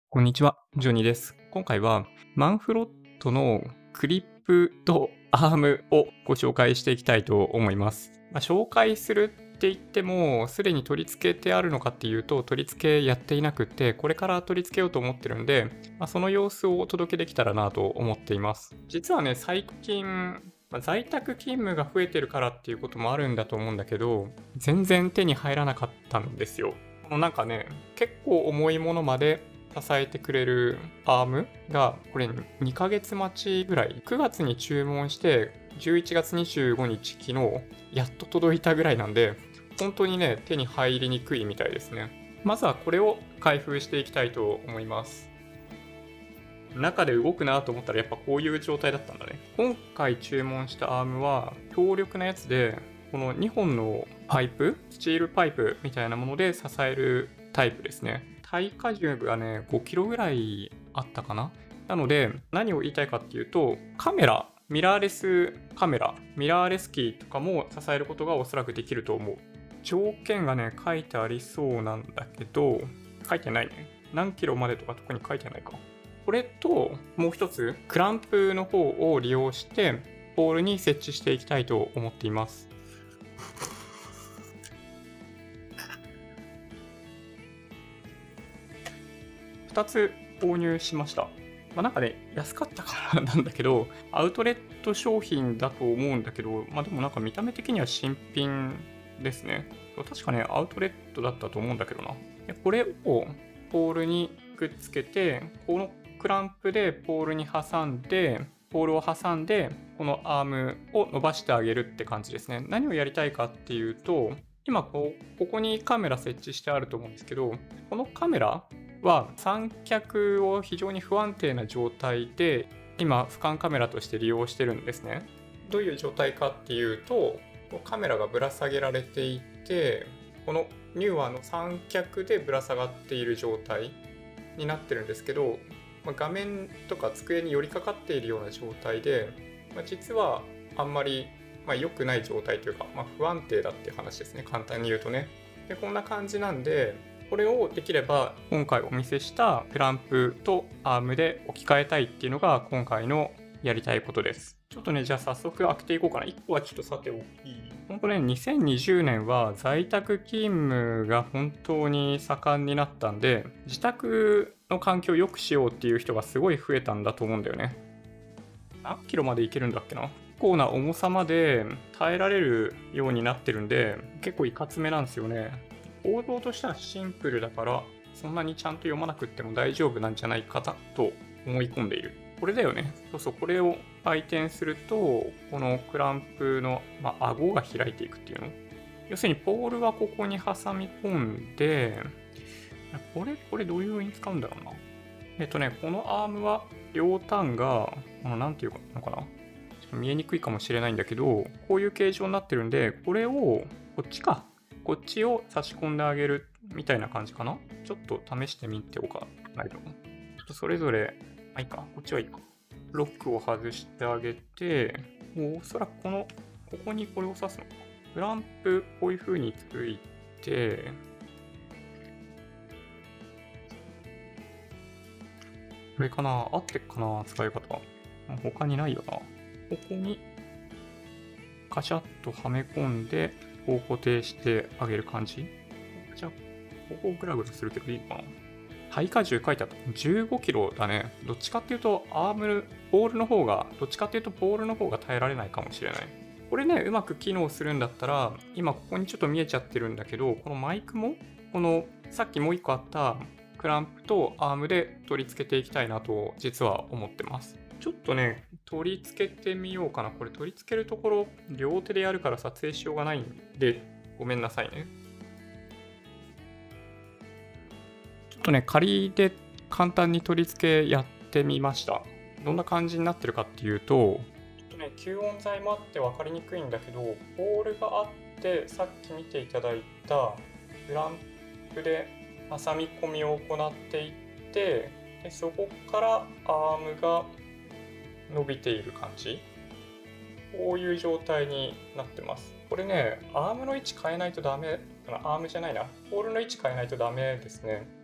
こんにちは、ジョニーです。今回はマンフロットのクリップとアームをご紹介していきたいと思います。紹介するって言っても、すでに取り付けてあるのかっていうと、取り付けやっていなくて、これから取り付けようと思ってるんで、その様子をお届けできたらなと思っています。実はね、最近、在宅勤務が増えてるからっていうこともあるんだと思うんだけど、全然手に入らなかったんですよ。なんかね、結構重いものまで支えてくれるアームが、これ2ヶ月待ちぐらい、9月に注文して、11月25日、昨日、やっと届いたぐらいなんで、本当にね、手に入りにくいみたいですね。まずはこれを開封していきたいと思います。中で動くなと思ったらやっぱこういう状態だったんだね。今回注文したアームは強力なやつで、この2本のパイプ、スチールパイプみたいなもので支えるタイプですね。耐荷重がね、5キロぐらいあったかな。なので、何を言いたいかっていうと、カメラ、ミラーレスカメラ、ミラーレスキーとかも支えることがおそらくできると思う。条件がね、書いてありそうなんだけど、書いてないね。何キロまでとか特に書いてないか。これと、もう一つ、クランプの方を利用して、ポールに設置していきたいと思っています。2つ購入しました。なんかね、安かったからなんだけど、アウトレット商品だと思うんだけど、でもなんか見た目的には新品ですね。確かね、アウトレットだったと思うんだけどな。でこれをポールにくっつけて、このクランプでポールに挟んで、ポールを挟んで、このアームを伸ばしてあげるって感じですね。何をやりたいかっていうと、今ここにカメラ設置してあると思うんですけど、このカメラは三脚を非常に不安定な状態で今俯瞰カメラとして利用してるんですね。どういう状態かっていうと、カメラがぶら下げられていて、このニューアの三脚でぶら下がっている状態になってるんですけど、画面とか机に寄りかかっているような状態で、実はあんまり良くない状態というか、不安定だっていう話ですね、簡単に言うとね。でこんな感じなんで、これをできれば今回お見せしたクランプとアームで置き換えたいっていうのが今回のやりたいことです。ちょっとね、じゃあ早速開けていこうかな。1個はちょっとさておき。本当ね、2020年は在宅勤務が本当に盛んになったんで、自宅の環境を良くしようっていう人がすごい増えたんだと思うんだよね。何キロまでいけるんだっけな。結構な重さまで耐えられるようになってるんで、結構いかつめなんですよね。構造としてはシンプルだから、そんなにちゃんと読まなくっても大丈夫なんじゃないかと思い込んでいる。これだよね。そうそう、これを回転すると、このクランプの、顎が開いていくっていうの。要するに、ポールはここに挟み込んで、これどういう風に使うんだろうな。このアームは両端が、なんていうのかな。ちょっと見えにくいかもしれないんだけど、こういう形状になってるんで、これを、こっちを差し込んであげるみたいな感じかな。ちょっと試してみておかないと。ちょっとそれぞれ、いいか。こっちはいいか。ロックを外してあげて、おそらくここにこれを刺すのか。クランプ、こういう風について、これかな、合ってっかな、使い方。他にないよな。ここに、カシャッとはめ込んで、こう固定してあげる感じ。じゃあ、ここグラグラするけどいいかな。耐荷重書いてあった。15キロだね。どっちかっていうと、どっちかっていうと、ポールの方が耐えられないかもしれない。これね、うまく機能するんだったら、今ここにちょっと見えちゃってるんだけど、このマイクも、さっきもう一個あったクランプとアームで取り付けていきたいなと、実は思ってます。ちょっとね、取り付けてみようかな。これ取り付けるところ、両手でやるから撮影しようがないんで、ごめんなさいね。ちょっとね、仮で簡単に取り付けやってみました。どんな感じになってるかっていうと、ちょっとね、吸音材もあって分かりにくいんだけど、ポールがあって、さっき見ていただいたクランプで挟み込みを行っていって、でそこからアームが伸びている感じ。こういう状態になってます。これね、アームの位置変えないとダメ、アームじゃないな、ポールの位置変えないとダメですね。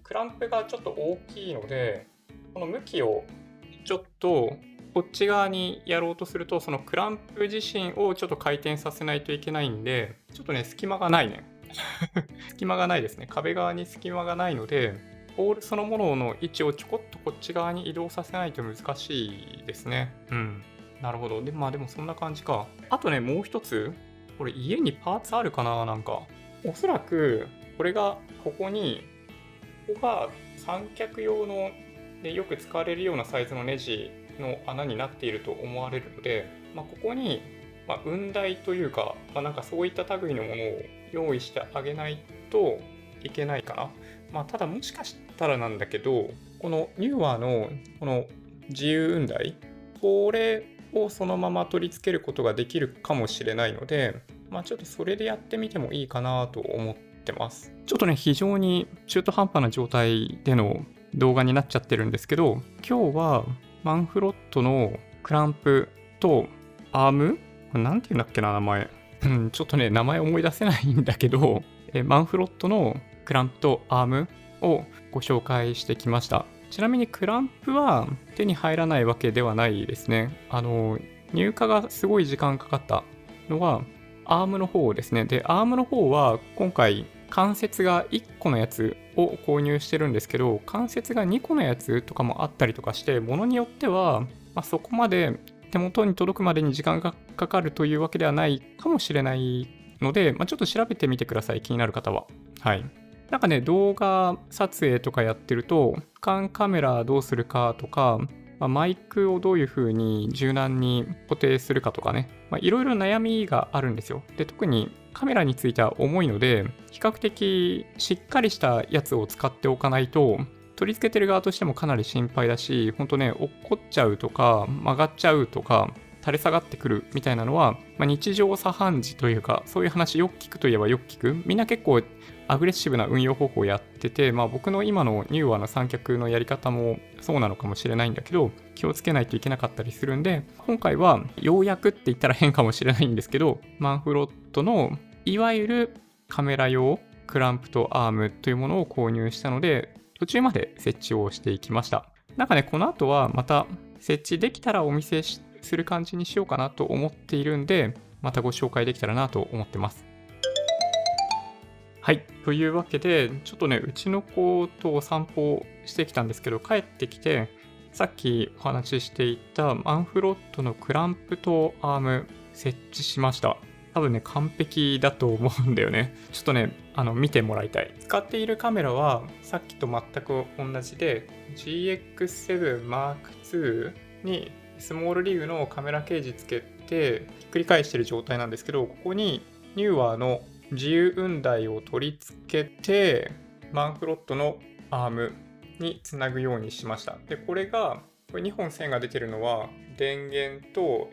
クランプがちょっと大きいので、この向きをちょっとこっち側にやろうとすると、そのクランプ自身をちょっと回転させないといけないんで、ちょっとね、隙間がないね。隙間がないですね。壁側に隙間がないので、ボールそのものの位置をちょこっとこっち側に移動させないと難しいですね。うん。なるほど。でもそんな感じか。あとね、もう一つ。これ家にパーツあるかななんか。おそらく、これがここが三脚用のでよく使われるようなサイズのネジの穴になっていると思われるので、ここに、雲台というか、なんかそういった類のものを用意してあげないといけないかな。ただもしかしたらなんだけど、このニューワーのこの自由雲台、これをそのまま取り付けることができるかもしれないので、ちょっとそれでやってみてもいいかなと思ってます。ちょっとね、非常に中途半端な状態での動画になっちゃってるんですけど、今日はマンフロットのクランプとアーム、なんていうんだっけな、名前。ちょっとね、名前思い出せないんだけど、マンフロットのクランプとアームをご紹介してきました。ちなみにクランプは手に入らないわけではないですね。入荷がすごい時間かかったのはアームの方ですね。で、アームの方は今回関節が1個のやつを購入してるんですけど、関節が2個のやつとかもあったりとかして、ものによっては、そこまで手元に届くまでに時間がかかるというわけではないかもしれないので、ちょっと調べてみてください。気になる方は。はい。なんかね、動画撮影とかやってると、俯瞰カメラどうするかとか、マイクをどういう風に柔軟に固定するかとかね、いろいろ悩みがあるんですよ。で、特にカメラについては重いので、比較的しっかりしたやつを使っておかないと、取り付けてる側としてもかなり心配だし、ほんとね、落っこっちゃうとか、曲がっちゃうとか、垂れ下がってくるみたいなのは、日常茶飯事というか、そういう話よく聞くといえばよく聞く。みんな結構アグレッシブな運用方法をやってて、僕の今のニューワーの三脚のやり方もそうなのかもしれないんだけど、気をつけないといけなかったりするんで、今回はようやくって言ったら変かもしれないんですけど、マンフロットのいわゆるカメラ用クランプとアームというものを購入したので、途中まで設置をしていきました。なんかね、この後はまた設置できたらお見せする感じにしようかなと思っているんで、またご紹介できたらなと思ってます。はい。というわけで、ちょっとね、うちの子とお散歩してきたんですけど、帰ってきて、さっきお話ししていたマンフロットのクランプとアーム設置しました。多分ね、完璧だと思うんだよね。ちょっとね、見てもらいたい。使っているカメラは、さっきと全く同じで、GX7 Mark II にスモールリーグのカメラケージつけて、ひっくり返している状態なんですけど、ここにニューワーの自由雲台を取り付けて、マンフロットのアームにつなぐようにしました。で、これ2本線が出てるのは、電源と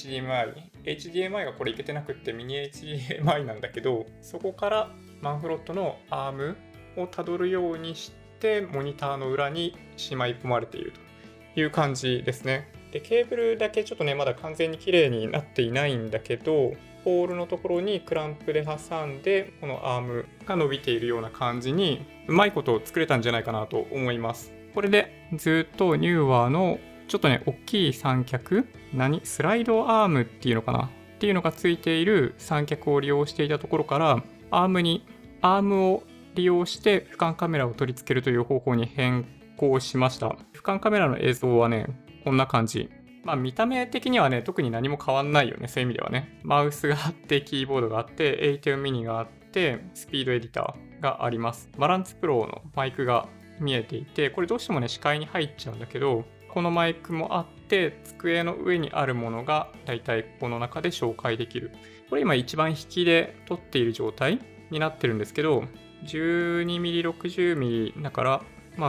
HDMI がこれいけてなくってミニ HDMI なんだけど、そこからマンフロットのアームをたどるようにしてモニターの裏にしまい込まれているという感じですね。で、ケーブルだけちょっとね、まだ完全に綺麗になっていないんだけど、ポールのところにクランプで挟んで、このアームが伸びているような感じにうまいことを作れたんじゃないかなと思います。これでずっとニューワーのちょっとね、大きい三脚、スライドアームっていうのかなっていうのがついている三脚を利用していたところから、アームを利用して俯瞰カメラを取り付けるという方法に変更しました。俯瞰カメラの映像はね、こんな感じ。見た目的にはね、特に何も変わんないよね、そういう意味ではね。マウスがあって、キーボードがあって、ATEM mini があって、スピードエディターがあります。バランスプロのマイクが見えていて、これどうしてもね、視界に入っちゃうんだけど、このマイクもあって、机の上にあるものがだいたいこの中で紹介できる。これ今一番引きで撮っている状態になってるんですけど、12mm、60mm だから、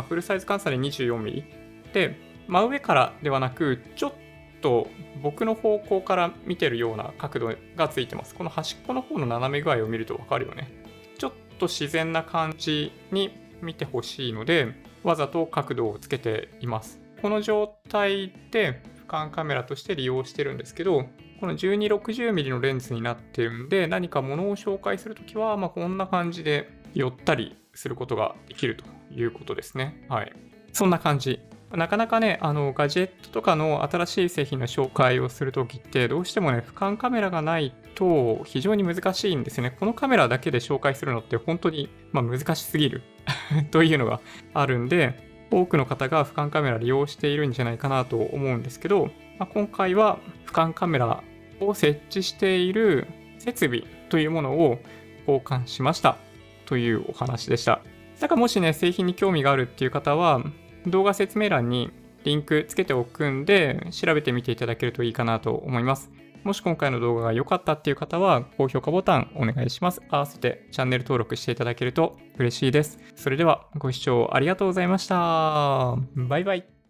フルサイズ換算で 24mm で、真上からではなく、ちょっと僕の方向から見てるような角度がついてます。この端っこの方の斜め具合を見るとわかるよね。ちょっと自然な感じに見てほしいので、わざと角度をつけています。この状態で俯瞰カメラとして利用してるんですけど、この 1260mm のレンズになってるんで、何か物を紹介するときは、こんな感じで寄ったりすることができるということですね。はい。そんな感じ。なかなかね、ガジェットとかの新しい製品の紹介をするときって、どうしてもね、俯瞰カメラがないと非常に難しいんですよね。このカメラだけで紹介するのって本当に、難しすぎるというのがあるんで、多くの方が俯瞰カメラ利用しているんじゃないかなと思うんですけど、今回は俯瞰カメラを設置している設備というものを交換しましたというお話でした。なんかもしね、製品に興味があるっていう方は、動画説明欄にリンクつけておくんで、調べてみていただけるといいかなと思います。もし今回の動画が良かったっていう方は、高評価ボタンお願いします。合わせてチャンネル登録していただけると嬉しいです。それではご視聴ありがとうございました。バイバイ。